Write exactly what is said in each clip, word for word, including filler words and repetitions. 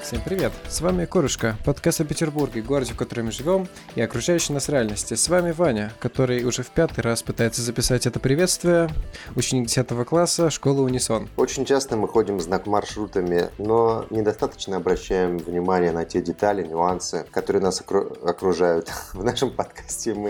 Всем привет! С вами Корюшка, подкаст о Петербурге, городе, в котором мы живем, и окружающей нас реальности. С вами Ваня, который уже в пятый раз пытается записать это приветствие, ученик десятого класса школы Унисон. Очень часто мы ходим знак маршрутами, но недостаточно обращаем внимание на те детали, нюансы, которые нас окру- окружают. В нашем подкасте мы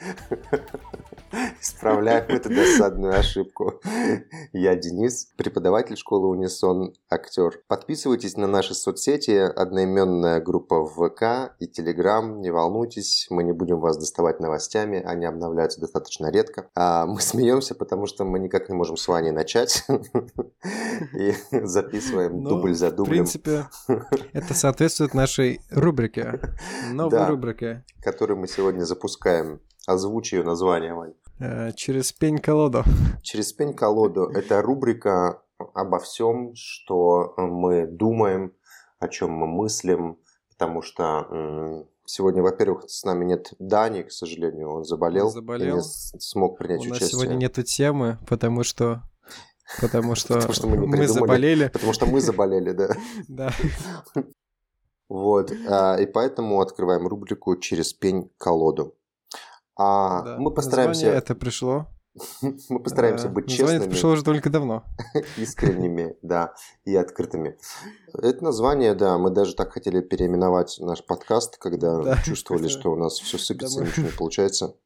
исправляем эту досадную ошибку. Я Денис, преподаватель школы Унисон, актер. Подписывайтесь на наши соцсети, одноименная группа в ВК и Телеграм. Не волнуйтесь, мы не будем вас доставать новостями, они обновляются достаточно редко. А мы смеемся, потому что мы никак не можем с Ваней начать и записываем дубль за дублем. В принципе, это соответствует нашей рубрике, новой рубрике, которую мы сегодня запускаем. Озвучи ее название, Вань. Через пень-колоду. Через пень-колоду. Это рубрика обо всем, что мы думаем, о чем мы мыслим, потому что м- сегодня, во-первых, с нами нет Дани, к сожалению, он заболел, он заболел. и не с- смог принять участие. У нас участие. сегодня нету темы, потому что, потому что, потому что мы, не мы заболели. Потому что мы заболели, да. Да. Вот, и поэтому открываем рубрику «Через пень-колоду». А да. мы постараемся... Название это пришло. Мы постараемся быть честными. Название это пришло уже только давно. Искренними, да, и открытыми. Это название, да, мы даже так хотели переименовать наш подкаст, когда да, чувствовали, что у нас все сыпется, да, ничего не получается.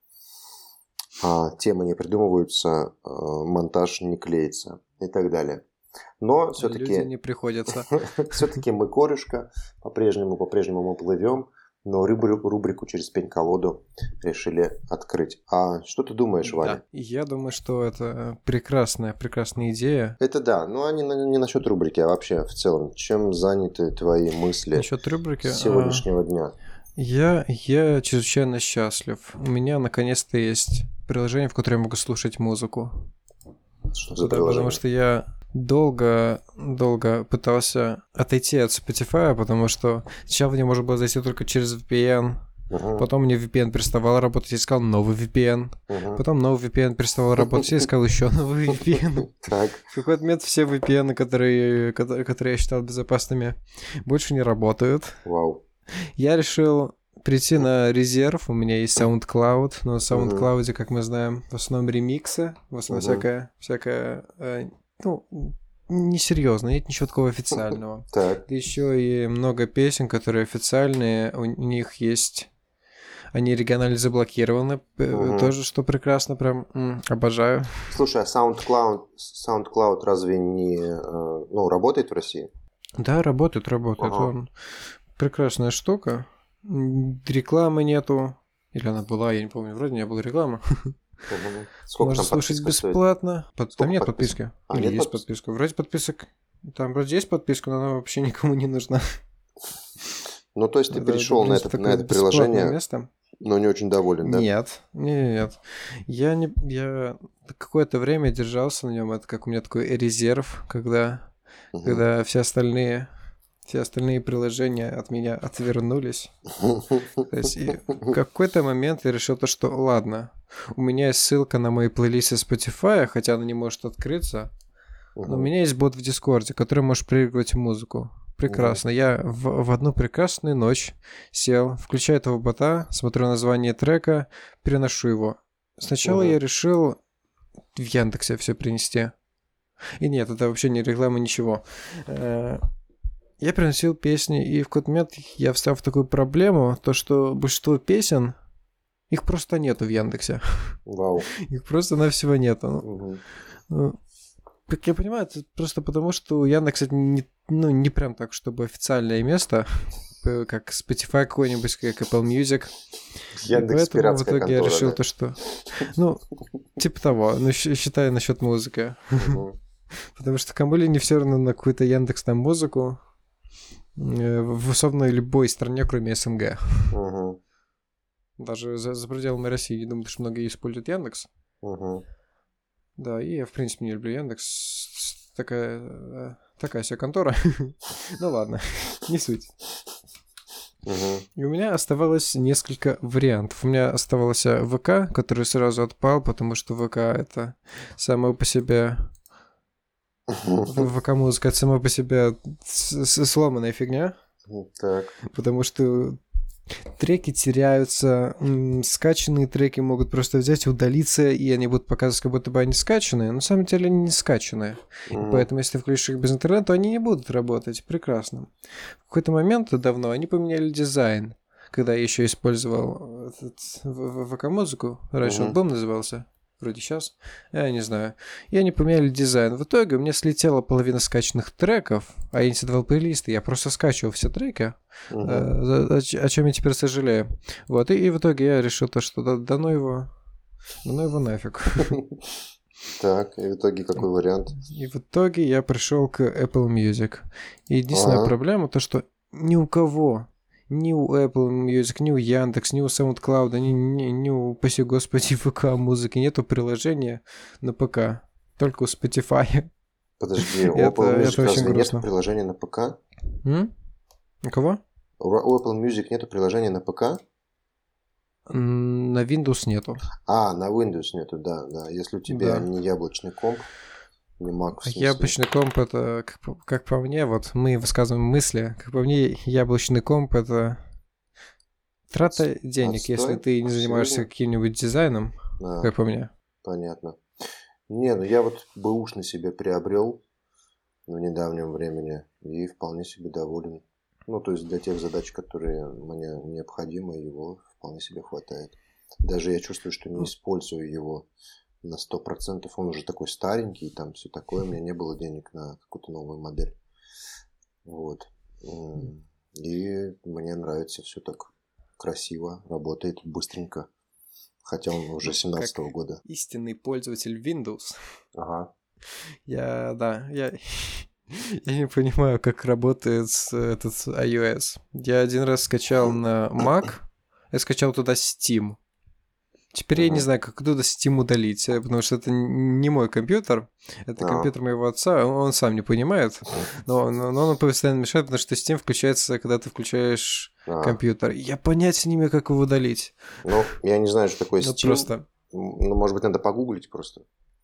А, темы не придумываются, а, монтаж не клеится и так далее. Но все-таки... Люди не приходятся. Все-таки мы корюшка, по-прежнему, по-прежнему мы плывем. Но рубрику, рубрику «Через пень-колоду» решили открыть. А что ты думаешь, Ваня? Да, я думаю, что это прекрасная, прекрасная идея. Это да, но не, не насчет рубрики, а вообще в целом. Чем заняты твои мысли насчет рубрики сегодняшнего а... дня? Я, я чрезвычайно счастлив. У меня наконец-то есть приложение, в котором я могу слушать музыку. Что за да, приложение? Потому что я... Долго, долго пытался отойти от Spotify, потому что сначала мне можно было зайти только через ви пи эн, uh-huh. потом мне ви пи эн переставал работать, я искал новый ви пи эн, uh-huh. потом новый ви пи эн переставал работать, я искал еще новый ви пи эн. В какой-то момент все ви пи эн, которые, которые, которые я считал безопасными, больше не работают. Wow. Я решил прийти на резерв, у меня есть SoundCloud, но на SoundCloud, uh-huh. как мы знаем, в основном ремиксы, в основном uh-huh. всякое... всякое ну, несерьезно, нет ничего такого официального. Так. Еще и много песен, которые официальные, у них есть... Они регионально заблокированы, угу. тоже, что прекрасно, прям м, обожаю. Слушай, а SoundCloud, SoundCloud разве не ну, работает в России? Да, работает, работает. Ага. Он прекрасная штука. Рекламы нету. Или она была, я не помню, вроде не было рекламы. Сколько можно слушать бесплатно. Под... Там нет подписки. подписки. А, Или нет есть подпис... подписка. Вроде подписок. Там вроде есть подписка, но она вообще никому не нужна. Ну, то есть ты это, перешел это, на, это, на это приложение, место. Но не очень доволен, да? Нет, нет. Я, не, я какое-то время держался на нем. Это как у меня такой резерв, когда, угу. когда все остальные... Все остальные приложения от меня отвернулись. То есть и в какой-то момент я решил то, что ладно, у меня есть ссылка на мои плейлисты Spotify, хотя она не может открыться, но у меня есть бот в Дискорде, который может проигрывать музыку. Прекрасно. Я в, в одну прекрасную ночь сел, включаю этого бота, смотрю название трека, переношу его. Сначала я решил в Яндексе все принести. И нет, это вообще не реклама, ничего. Я приносил песни, и в какой-то момент я встал в такую проблему, то что большинство песен, их просто нету в Яндексе. Вау. Их просто навсего нету. Угу. Ну, как я понимаю, это просто потому, что Яндекс это не, ну, не прям так, чтобы официальное место, как Spotify какой-нибудь, как Apple Music. Яндекс поэтому в итоге контора, я решил да? то, что... Ну, типа того, ну, считаю насчет музыки. Угу. Потому что кому ли не все равно на какую-то Яндекс там музыку, в особенно любой стране, кроме СНГ. Угу. Даже за, за пределами России, я думаю, что многие используют Яндекс. Угу. Да, и я, в принципе, не люблю Яндекс. Такая, такая себе контора. Ну ладно, не суть. И у меня оставалось несколько вариантов. У меня оставался ВК, который сразу отпал, потому что ВК это само по себе... ВК-музыка — это сама по себе сломанная фигня. Так. Потому что треки теряются, м, скачанные треки могут просто взять и удалиться, и они будут показывать, как будто бы они скачанные, но на самом деле они не скачанные. Мгм. И поэтому, если ты включишь их без интернета, то они не будут работать. Прекрасно. В какой-то момент давно они поменяли дизайн, когда я еще использовал этот в- в- ВК-музыку. Раньше он Мгм. Бум назывался. Вроде сейчас. Я не знаю. И они поменяли дизайн. В итоге у меня слетела половина скачанных треков, а я не создавал плейлисты. Я просто скачивал все треки, Мгм. э, за- о, ч- о чем я теперь сожалею. Вот. И, и в итоге я решил то, что да, да ну его, да ну его нафиг. Так, и в итоге какой вариант? И в итоге я пришел к Apple Music. И единственная Ага. проблема то, что ни у кого, ни у Apple Music, ни у Яндекс, ни у SoundCloud, ни, ни, ни у, спаси господи, ВК музыки нету приложения на ПК. Только у Spotify. Подожди, у Это, Apple Music это очень разве нет грустно. приложения на ПК? М? У кого? У у Apple Music нету приложения на ПК? М, На Windows нету. А, на Windows нету, да, да. Если у тебя Да. не яблочный комп, не Mac в смысле. Яблочный комп это, как, по- как по мне, вот мы высказываем мысли, как по мне, яблочный комп это трата денег, если Отстой? ты не занимаешься Серьезно? каким-нибудь дизайном, А, как по мне. понятно. Не, ну я вот бэушный себе приобрел в недавнем времени и вполне себе доволен. Ну, то есть для тех задач, которые мне необходимы, его вполне себе хватает. Даже я чувствую, что не использую его на сто процентов. Он уже такой старенький, и там все такое. У меня не было денег на какую-то новую модель. Вот. М, И мне нравится все так красиво, работает быстренько. Хотя он уже Ну, семнадцатого как года. истинный пользователь Windows, Ага. я, да, я, я не понимаю, как работает с- этот iOS. Я один раз скачал на Mac, я скачал туда Steam. Теперь я не Мгм. знаю, как оттуда Steam удалить, э, потому что это н- не мой компьютер, это А. компьютер моего отца, он, он сам не понимает, но, но, но он постоянно мешает, потому что Steam включается, когда ты включаешь А. компьютер. Я понятия не имею, как его удалить. Ну, я не знаю, что такое Ну, Steam. просто, М, Ну, может быть, надо погуглить просто.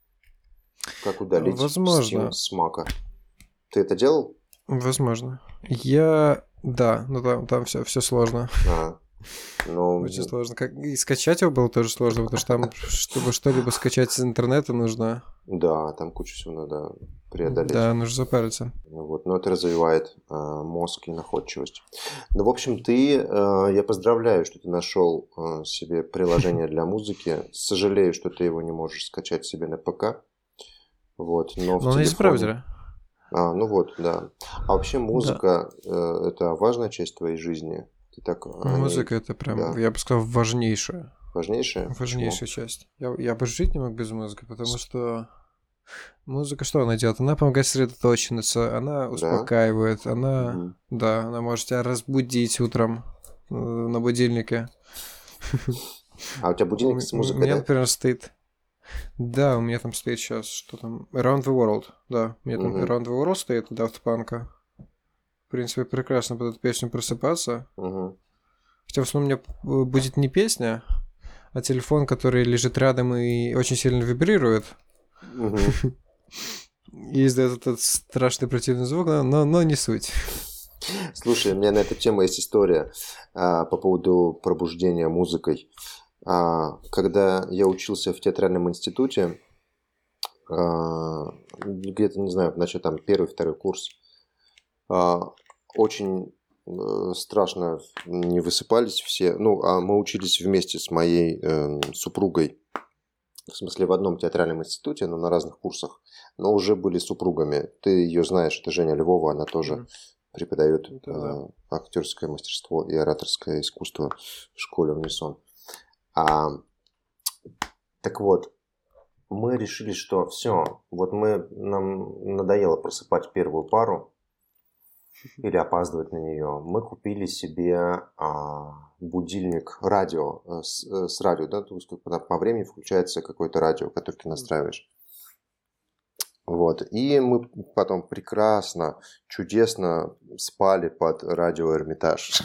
Как удалить возможно, Steam с Мака. Ты это делал? возможно. Я, да, ну там, там все, все сложно. А. Ну, Очень сложно. Как... И скачать его было тоже сложно, потому что там, чтобы что-либо скачать из интернета, нужно... да, там кучу всего надо преодолеть. Да, нужно запариться. Ну Вот, но это развивает а, мозг и находчивость. Ну, в общем, ты, а, я поздравляю, что ты нашел а, себе приложение для музыки. Сожалею, что ты его не можешь скачать себе на ПК. Вот, но в Но он из телефоне... браузера. А, ну вот, да. А вообще Да. музыка э, это важная часть твоей жизни? Ты так о ней- Музыка это прям, да. я бы сказал, важнейшая. Важнейшая? Почему? Важнейшая часть. Я, я бы жить не мог без музыки, потому что музыка что она делает? Она помогает сосредоточиться, она успокаивает, она... Мгм. Да, она может тебя разбудить утром э, на будильнике. А у тебя будильник с У музыкой, меня, да? например, стоит... Да, у меня там стоит сейчас, что там, Around the World, да, у меня там Мгм. Around the World стоит, Daft Punk. В принципе, прекрасно под эту песню просыпаться. Мгм. Хотя в основном у меня будет не песня, а телефон, который лежит рядом и очень сильно вибрирует. Мгм. И издает этот страшный противный звук, но, но, но не суть. Слушай, у меня на эту тему есть история а, по поводу пробуждения музыкой. А, когда я учился в театральном институте, а, где-то, не знаю, значит, там первый, второй курс, а, очень э, страшно не высыпались все. Ну, а мы учились вместе с моей э, супругой, в смысле в одном театральном институте, но на разных курсах, но уже были супругами. Ты ее знаешь, это Женя Львова, она тоже Мгм. преподает Это да. э, актерское мастерство и ораторское искусство в школе Унисон. А, так вот, мы решили, что все, вот мы, нам надоело просыпать первую пару или опаздывать на нее. Мы купили себе а, будильник радио, э, с, э, с радио, да, то есть как по, по времени включается какое-то радио, которое ты настраиваешь. Вот, и мы потом прекрасно, чудесно спали под радио Эрмитаж.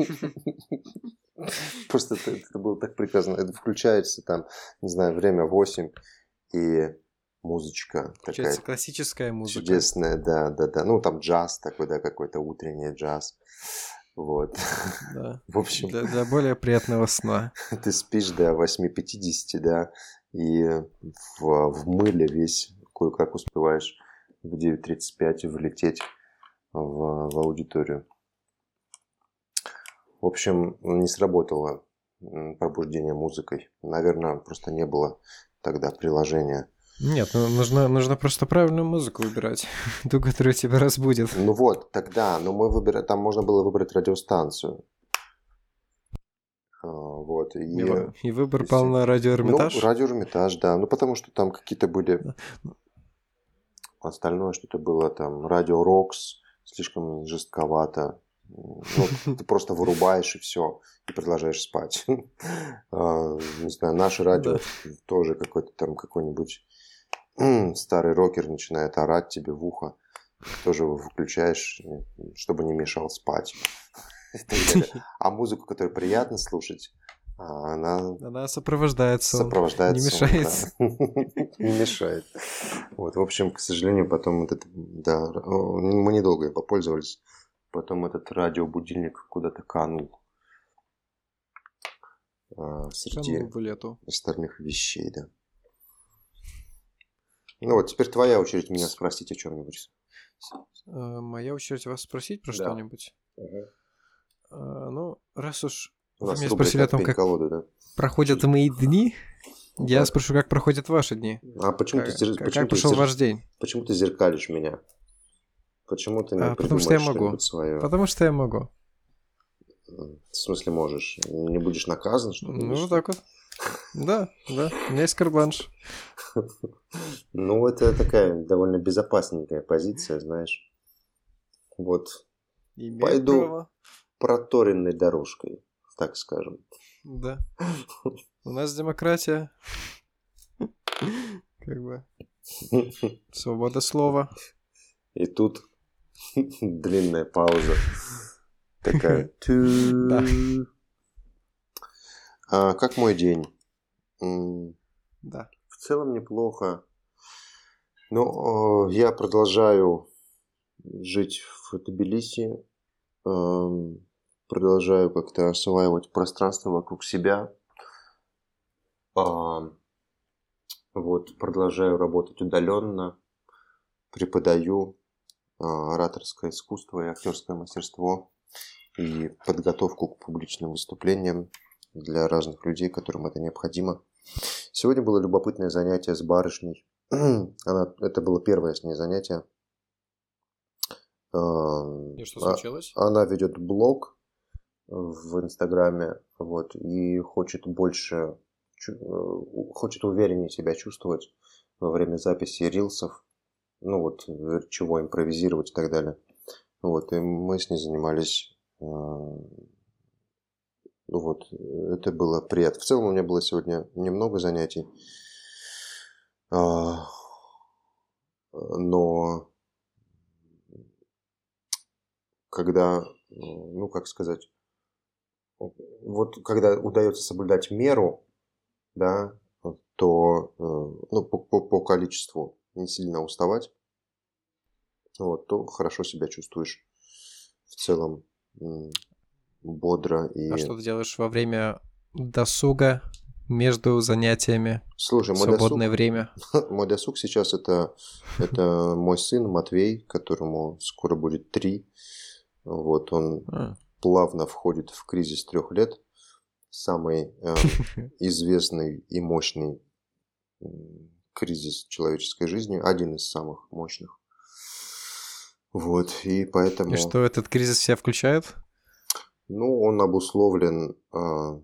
Просто это, это было так прекрасно. Это включается там, не знаю, время восемь, и музычка такая Получается, классическая музыка. чудесная, да, да, да. Ну, там джаз такой, да, какой-то утренний джаз. Вот. Да. В общем, Для, для более приятного сна. ты спишь до восемь пятьдесят, да, и в, в мыле весь кое-как успеваешь в девять тридцать пять влететь в, в аудиторию. В общем, не сработало м, пробуждение музыкой. Наверное, просто не было тогда приложения. Нет, ну, нужно, нужно просто правильную музыку выбирать. Ту, которая тебя разбудит. Ну вот, тогда, но мы выбирали, там можно было выбрать радиостанцию. А, Вот, и, И, вы- и выбор и пал всё. на радио Ну, Эрмитаж. радио Эрмитаж, да. Ну, потому что там какие-то были... Остальное что-то было там. Радио Рокс слишком жестковато. Ну, ты просто вырубаешь и все. И продолжаешь спать. А, Не знаю, наше радио Да. тоже какой-то там какой-нибудь старый рокер начинает орать тебе в ухо. Тоже его включаешь, чтобы не мешал спать. И так далее. А музыку, которую приятно слушать, а, она Она сопровождает сон. сопровождает Не сон, мешает. да. Не мешает. Вот, в общем, к сожалению, потом вот это, да, о, мы недолго им попользовались. Потом этот радиобудильник куда-то канул а, среди Канул в лету. остальных вещей, да. Ну вот, теперь твоя очередь меня спросить о чем-нибудь. Э, Моя очередь вас спросить про Да. что-нибудь. А, Ну, раз уж У вы нас меня рубрика спросили о том, «Отпень как колоду», да? проходят мои дни, я Так. спрошу, как проходят ваши дни. А почему ты, Как, зер- как- почему как ты пошел зер- ваш день? почему ты зеркалишь меня? Почему ты не А, потому что я придумаешь могу. что-нибудь свое? Потому что я могу. В смысле можешь? Не будешь наказан, что ли? или Ну, вот что? так вот. Да, да. У меня есть карт-бланш. Ну, это такая довольно безопасненькая позиция, знаешь. Вот, Имею пойду право. проторенной дорожкой, так скажем. Да. У нас демократия. Как бы. Свобода слова. И тут длинная пауза. Такая. Да. А, как мой день? М, Да. В целом неплохо. Но э, я продолжаю жить в Тбилиси. эм, Продолжаю как-то осваивать пространство вокруг себя. А, Вот, продолжаю работать удаленно. Преподаю а, ораторское искусство и актерское мастерство. И подготовку к публичным выступлениям для разных людей, которым это необходимо. Сегодня было любопытное занятие с барышней. Она, это было первое с ней занятие. А, И что а- случилось? Она ведет блог в Инстаграме, вот, и хочет больше, чу- э, хочет увереннее себя чувствовать во время записи рилсов, ну вот, э, чего импровизировать и так далее. Вот, и мы с ней занимались, э, ну вот, это было приятно. В целом у меня было сегодня немного занятий, а, но когда, э, ну как сказать, вот когда удается соблюдать меру, да, то э, ну, по, по, по количеству не сильно уставать, вот, то хорошо себя чувствуешь в целом м, бодро и... А что ты делаешь во время досуга между занятиями? Слушай, мой Свободное досуг, время. мой досуг сейчас это, это мой сын Матвей, которому скоро будет три. Вот, он А. плавно входит в кризис трех лет. Самый э, известный и мощный м, кризис человеческой жизни, один из самых мощных. Вот, и поэтому, И что этот кризис в себя включает? ну, он обусловлен а,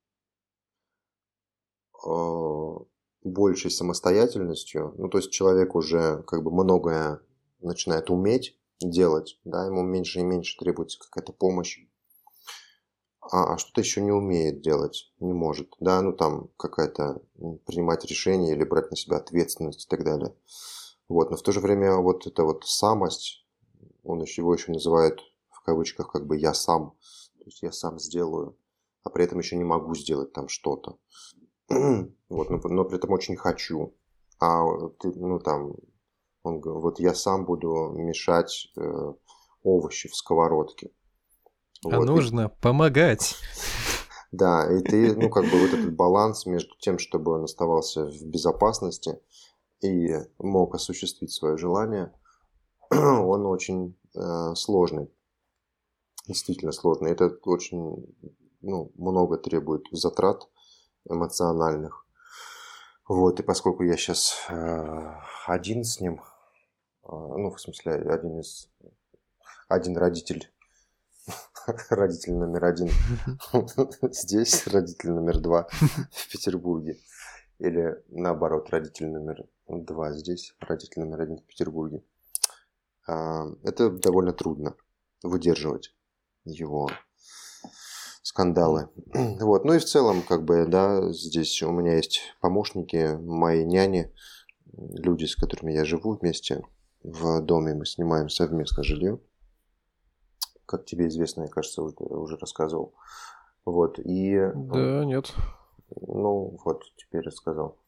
а, большей самостоятельностью. Ну, то есть человек уже как бы многое начинает уметь делать, да, ему меньше и меньше требуется какая-то помощь. А, а что-то еще не умеет делать, не может, да, ну там какая-то м, принимать решения или брать на себя ответственность и так далее. Вот, но в то же время вот эта вот самость, он еще, его еще называют в кавычках как бы «я сам», то есть я сам сделаю, а при этом еще не могу сделать там что-то. Вот, но, но при этом очень хочу. а ты, ну там, он говорит, вот я сам буду мешать э, овощи в сковородке. А Вот, нужно и, помогать. да, и ты, ну как бы вот этот баланс между тем, чтобы он оставался в безопасности и мог осуществить свое желание, он очень э, сложный, действительно сложный. Это очень, ну, много требует затрат эмоциональных. Вот, и поскольку я сейчас э, один с ним, э, ну, в смысле, один из, один родитель, родитель номер один здесь, родитель номер два в Петербурге, или наоборот, родитель номер два здесь, родитель номер один в Петербурге, э, это довольно трудно выдерживать его скандалы. Вот. Ну и в целом, как бы, да, здесь у меня есть помощники, мои няни, люди, с которыми я живу вместе в доме, мы снимаем совместно жилье. Как тебе известно, я, кажется, уже, уже рассказывал. Вот. И... Да, нет. Ну, вот, теперь рассказал.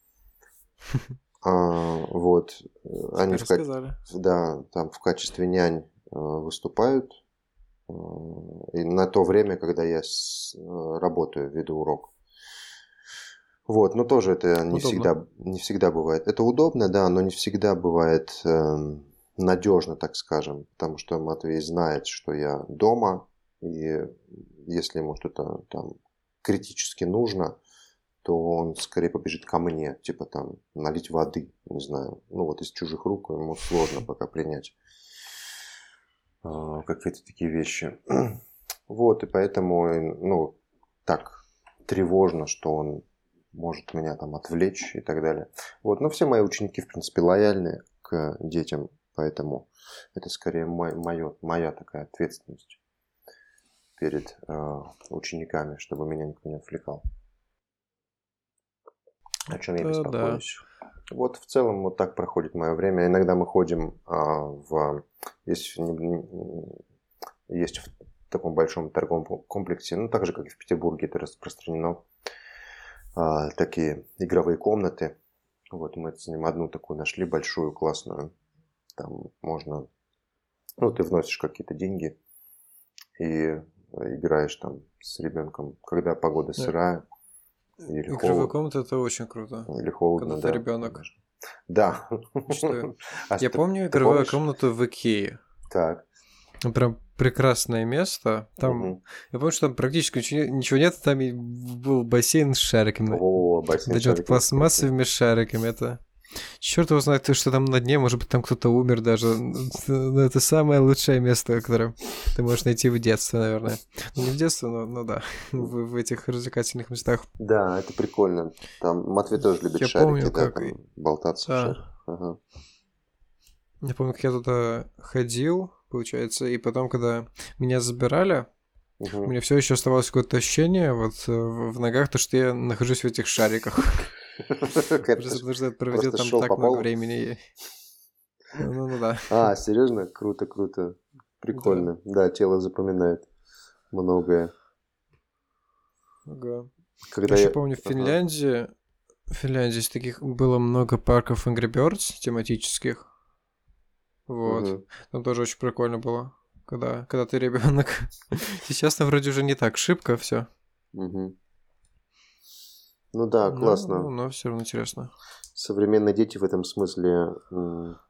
А, вот. Они в, ка- да, там в качестве нянь выступают. И на то время, когда я с, работаю, веду урок. Вот, но тоже это не всегда, не всегда бывает. Это удобно, да, но не всегда бывает э, надежно, так скажем, потому что Матвей знает, что я дома, и если ему что-то там критически нужно, то он скорее побежит ко мне, типа там налить воды, не знаю. Ну вот из чужих рук ему сложно пока принять какие-то такие вещи. Вот, и поэтому, ну, так тревожно, что он может меня там отвлечь и так далее. Вот, но все мои ученики, в принципе, лояльны к детям, поэтому это скорее мой, моё, моя такая ответственность перед э, учениками, чтобы меня никто не отвлекал. О чем я беспокоюсь. Да. Вот в целом вот так проходит мое время. Иногда мы ходим а, в... Есть, есть в таком большом торговом комплексе, ну так же, как и в Петербурге, это распространено, а, такие игровые комнаты. Вот мы с ним одну такую нашли, большую, классную. Там можно... Ну, ты вносишь какие-то деньги и играешь там с ребенком, когда погода сырая. Или игровая комната — это очень круто. Или холодно, когда да. ты ребенок. Да. Что? А я помню игровую комнату в Икее. Так. Прям прекрасное место. Там, угу. Я помню, что там практически ничего нет. Там и был бассейн с шариками. О, бассейн с шариками. Пластмассовыми шариками. Это... Черт его знает, что там на дне. Может быть, там кто-то умер даже. Но это самое лучшее место, которое ты можешь найти в детстве, наверное. Ну, не в детстве, но, но да. В, в этих развлекательных местах. Да, это прикольно. Там Матвей тоже любит я шарики, помню, да, как... там болтаться да. в шариках. Ага. Я помню, как я туда ходил, получается, и потом, когда меня забирали, угу. у меня все еще оставалось какое-то ощущение вот в, в ногах, то, что я нахожусь в этих шариках. Просто потому что я проводил там так много времени. Ну да. А, серьезно? Круто, круто. Прикольно. Да, тело запоминает многое. Ага. Я еще помню, в Финляндии в Финляндии таких было много парков Angry Birds тематических. Вот. Угу. Там тоже очень прикольно было, когда, когда ты ребенок. Сейчас там вроде уже не так шибко все. Угу. Ну да, классно. Но, но, но все равно интересно. Современные дети в этом смысле м-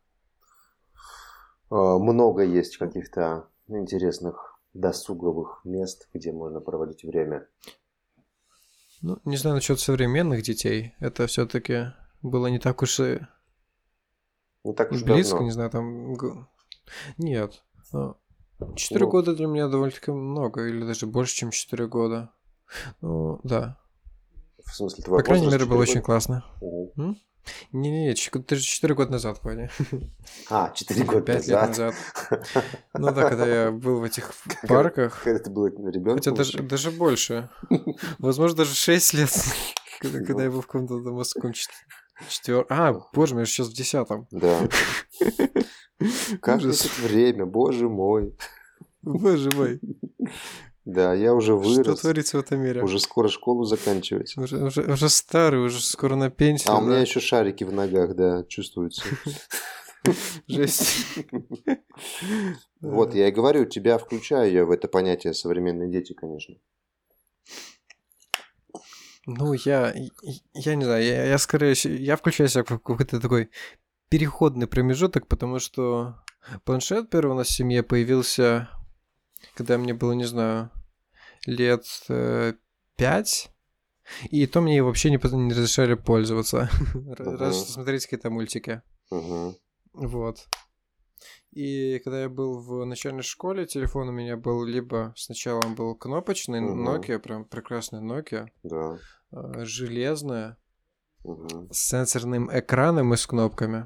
много есть каких-то интересных досуговых мест, где можно проводить время. Ну, не знаю насчет современных детей. Это все-таки было не так уж и не так уж близко, давно. Не знаю, там... Нет. Четыре ну... года для меня довольно-таки много, или даже больше, чем четыре года. Ну, да. В смысле, твой По крайней мере, было года? очень классно. Угу. Не-не-не, ты же четыре года назад, Ваня. А, четыре года Пять назад. лет назад. Ну да, когда я был в этих парках. Когда ты был ребенком? Хотя даже, даже больше. Возможно, даже шесть лет, когда, когда я был в каком-то московском четвертом. А, боже мой, я сейчас в десятом. Да. Как же время, боже мой. Боже мой. Да, я уже Что вырос. творится в этом мире? Уже скоро школу заканчивать. Уже, уже, уже старый, уже скоро на пенсию, А у меня да? еще шарики в ногах, да, чувствуются. Жесть. Вот, Да. я и говорю, тебя включаю я в это понятие современные дети, конечно. Ну, я, я, я не знаю, я, я скорее, щ- я включаю себя в какой-то такой переходный промежуток, потому что планшет первый у нас в семье появился, когда мне было, не знаю, лет э, пять, и то мне вообще не, поз- не разрешали пользоваться, Р- разве Мгм. что смотреть какие-то мультики. Мгм. Вот. И когда я был в начальной школе, телефон у меня был либо сначала он был кнопочный, Мгм. Nokia, прям прекрасная Nokia, Да. э, железная, Мгм. с сенсорным экраном и с кнопками.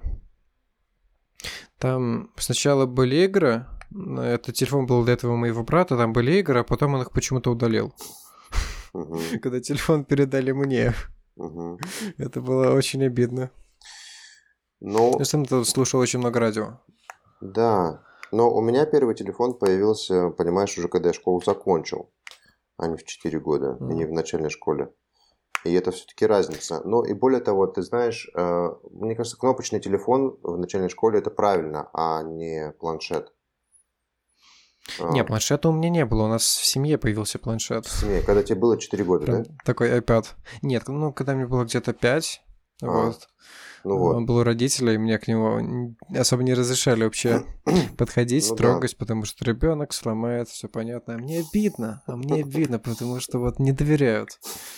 Там сначала были игры, но этот телефон был до этого у моего брата, там были игры, а потом он их почему-то удалил. Мгм. Когда телефон передали мне. Мгм. Это было очень обидно. Ну, Я сам тут слушал очень много радио. да. Но у меня первый телефон появился, понимаешь, уже когда я школу закончил, а не в четыре года, и не М. в начальной школе. И это все-таки разница. Ну и более того, ты знаешь, э, мне кажется, кнопочный телефон в начальной школе это правильно, а не планшет. Не, А, планшета у меня не было, у нас в семье появился в планшет. семье, когда тебе было четыре года, Прям да? такой iPad. Нет, ну, когда мне было где-то пять, А, вот, ну он вот. был у родителей, мне к нему н- особо не разрешали вообще подходить, Ну да. трогать, потому что ребенок сломает, все понятно. А мне обидно, а мне обидно, потому что вот не доверяют.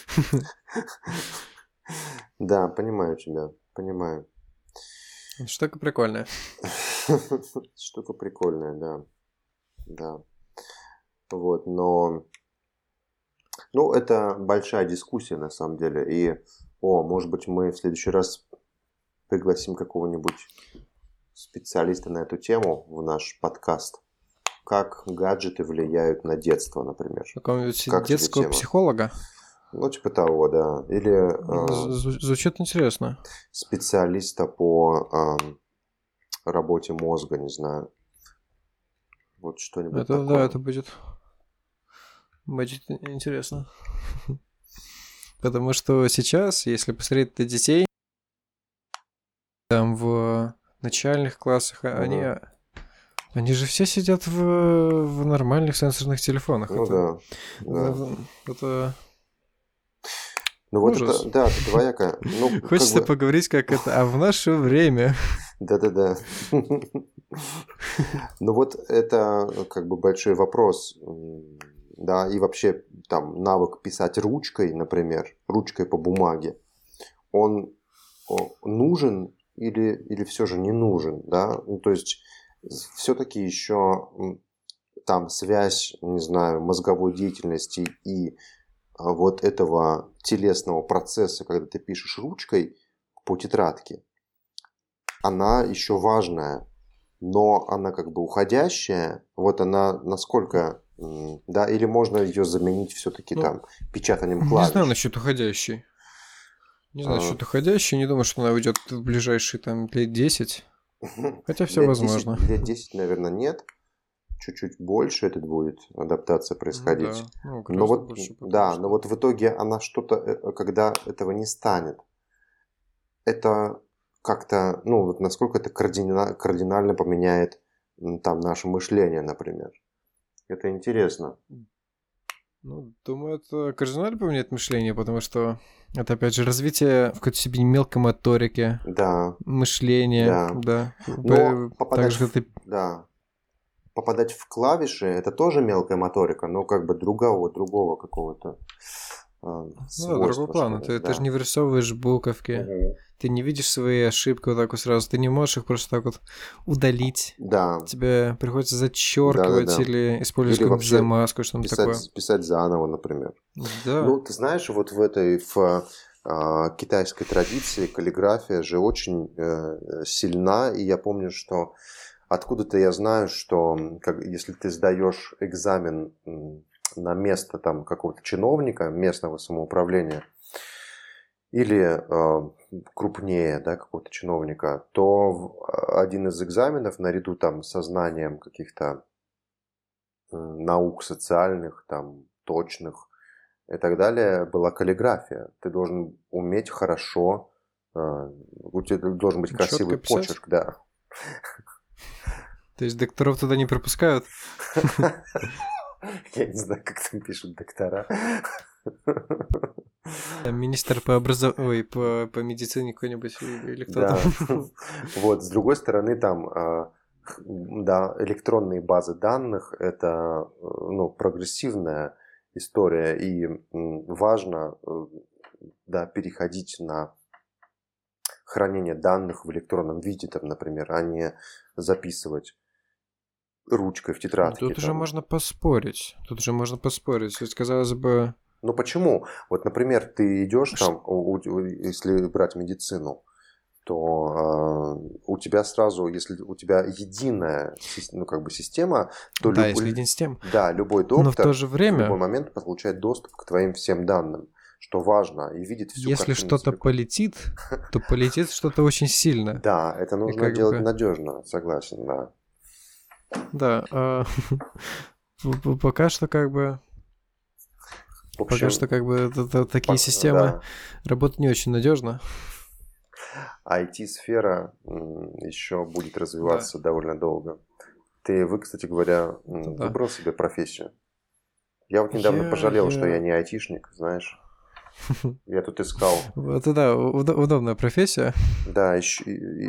Да, понимаю тебя, понимаю. Штука прикольная. Штука прикольная, да. Да. Вот, но... Ну, это большая дискуссия на самом деле. И, о, может быть, мы в следующий раз пригласим какого-нибудь специалиста на эту тему в наш подкаст. Как гаджеты влияют на детство, например. Какого-нибудь Как тебе детского тема? психолога. Ну, типа того, да. Или э, З- Звучит интересно. специалиста по эм, работе мозга, не знаю. Вот что-нибудь Это, да, такое. это будет, будет интересно. Потому что сейчас, если посмотреть на детей, там в начальных классах, а- они, Мгм. они же все сидят в, в нормальных сенсорных телефонах. Ну Это, да, да. это, это Ну вот это, ужас. да, это двоякое. Ну, как Хочется бы, поговорить, как это, а в наше время. да-да-да. Ну вот это э, как бы большой вопрос. М, Да, и вообще там навык писать ручкой, например, ручкой по бумаге, он о, нужен или, или все же не нужен, да? Ну, то есть все-таки еще м, там связь, не знаю, мозговой деятельности и а, вот этого телесного процесса, когда ты пишешь ручкой по тетрадке, она еще важная, но она как бы уходящая. Вот она насколько, м, да, или можно ее заменить все-таки Ну, там печатанием не знаю клавиш. насчет уходящей. Не знаю А, насчет уходящей, не думаю, что она уйдет в ближайшие там лет десять. Хотя все Лет десять, возможно. лет десять, наверное, нет. Чуть-чуть больше это будет адаптация Ну происходить. да, ну Но гораздо вот, больше, потому да, но что... вот в итоге она что-то, э, когда этого не станет, это как-то, ну, вот насколько это кардина- кардинально поменяет м, там наше мышление, например. Это интересно. Ну, думаю, это кардинально поменяет мышление, потому что это, опять же, развитие в какой-то степени мелкой моторики, Да, мышления, да. да. Но Б- попадать Также, в, когда ты... да, попадать в клавиши это тоже мелкая моторика, но как бы другого, другого какого-то а, Ну да, другой свойства, что план. ли, Ты, ты же да. не вырисовываешь буковки, Мгм. ты не видишь свои ошибки вот так вот сразу, ты не можешь их просто так вот удалить. Да, Тебе приходится да, да, зачеркивать да. или использовать Или какую-нибудь вообще замазку, что-нибудь такое. писать, писать заново, например. Да. Ну, ты знаешь, вот в этой в, а, китайской традиции каллиграфия же очень э, сильна, и я помню, что откуда-то я знаю, что м, как, если ты сдаешь экзамен м, на место там какого-то чиновника местного самоуправления или э, крупнее, да, какого-то чиновника, то в- один из экзаменов наряду там со знанием каких-то наук социальных, там, точных и так далее, была каллиграфия. Ты должен уметь хорошо, у тебя должен быть красивый почерк, да. То есть докторов туда не пропускают? Я не знаю, как там пишут доктора. Министр по образованию, ой, по, по медицине какой-нибудь или кто да. там. Вот, с другой стороны, там, да, электронные базы данных – это, ну, прогрессивная история, и важно, да, переходить на хранение данных в электронном виде, там, например, а не записывать ручкой в тетрадке. Ну, тут там. уже можно поспорить. Тут уже можно поспорить. То есть, казалось бы... Ну почему? Вот, например, ты идешь там, у, у, если брать медицину, то э, у тебя сразу, если у тебя единая, ну, как бы система, то да, любой, если единая система. Да, любой доктор Но в то же время... в любой момент получает доступ к твоим всем данным, что важно, и видит всю Если что-то целиком. полетит, то полетит что-то очень сильно. Да, это нужно делать надежно, согласен, да. Да, пока что как бы... Пока что как бы такие системы работают не очень надежно. ай ти-сфера еще будет развиваться довольно долго. Ты, вы, кстати говоря, выбрал себе профессию. Я вот недавно пожалел, что я не айтишник, знаешь. Я тут искал. Это да, удобная профессия. Да, ищу,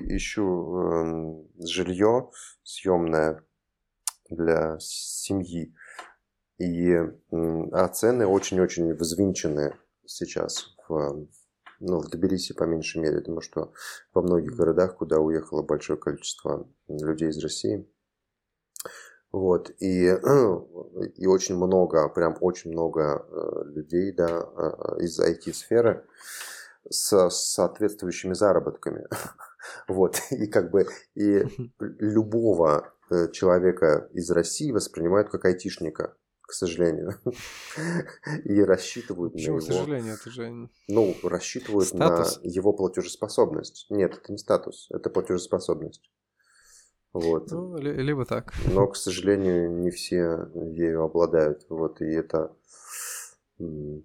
ищу жилье съемное для семьи. И а цены очень-очень взвинчены сейчас в, ну, в Тбилиси, по меньшей мере. Потому что во многих городах, куда уехало большое количество людей из России. Вот, и, и очень много, прям очень много людей, да, из ай ти-сферы с соответствующими заработками. Вот, и как бы и любого человека из России воспринимают как айтишника, к сожалению. И рассчитывают Почему, на его... к сожалению, это же... Ну, рассчитывают статус? На его платежеспособность. Нет, это не статус, это платежеспособность. Вот. Ну, либо так. Но, к сожалению, не все ею обладают. Вот, и это м-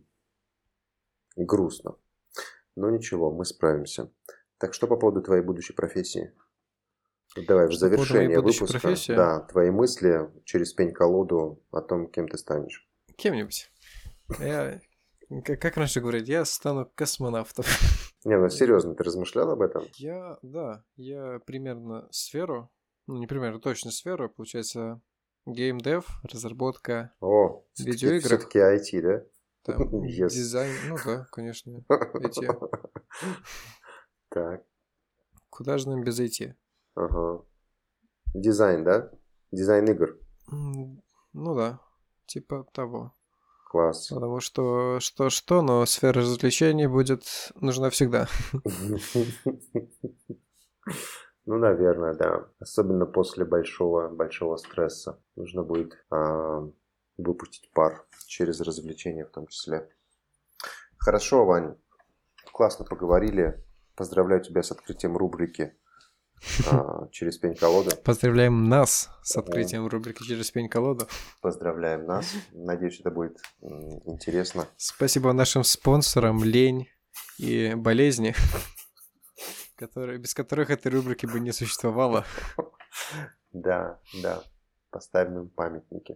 грустно. Но ничего, мы справимся. Так что по поводу твоей будущей профессии? Давай, в завершение выпуска. Профессии? Да, твои мысли через пень-колоду о том, кем ты станешь. Кем-нибудь. Я, как раньше говорить, я стану космонавтом. Не, ну серьезно, ты размышлял об этом? Я, да, я примерно сферу, ну не примерно, точно сферу, получается, геймдев, разработка О, видеоигр. Все-таки ай ти, да? Там, yes. Дизайн, ну да, конечно, ай ти. Так. Куда же нам без ай ти? Ага. Дизайн, да? Дизайн игр. Ну да, типа того. Класс. Потому что что-что, но сфера развлечений будет нужна всегда. Ну, наверное, да. Особенно после большого, большого стресса. Нужно будет а, выпустить пар через развлечения в том числе. Хорошо, Вань. Классно поговорили. Поздравляю тебя с открытием рубрики а, «Через пень-колоду». Поздравляем нас с открытием рубрики «Через пень-колоду». Поздравляем нас. Надеюсь, это будет интересно. Спасибо нашим спонсорам «Лень» и «Болезни», которые, без которых этой рубрики бы не существовало. Да, да. Поставим им памятники.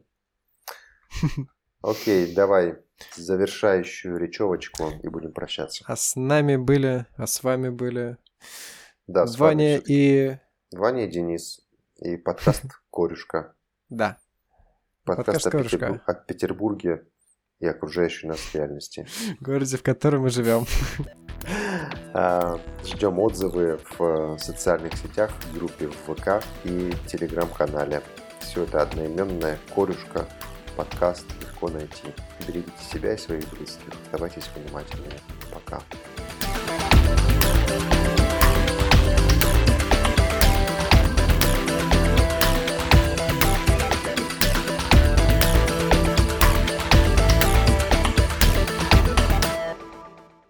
Окей, давай завершающую речевочку и будем прощаться. А с нами были, а с вами были да, с Ваня вами и... Ваня и Денис. И подкаст «Корюшка». Да. Подкаст, подкаст о, Петербур... о Петербурге и окружающей нас реальности. Городе, в котором мы живем. Ждем отзывы в социальных сетях, в группе в ВК и телеграм-канале. Все это одноименная «Корюшка», подкаст легко найти. Берегите себя и своих близких. Оставайтесь внимательными. Пока.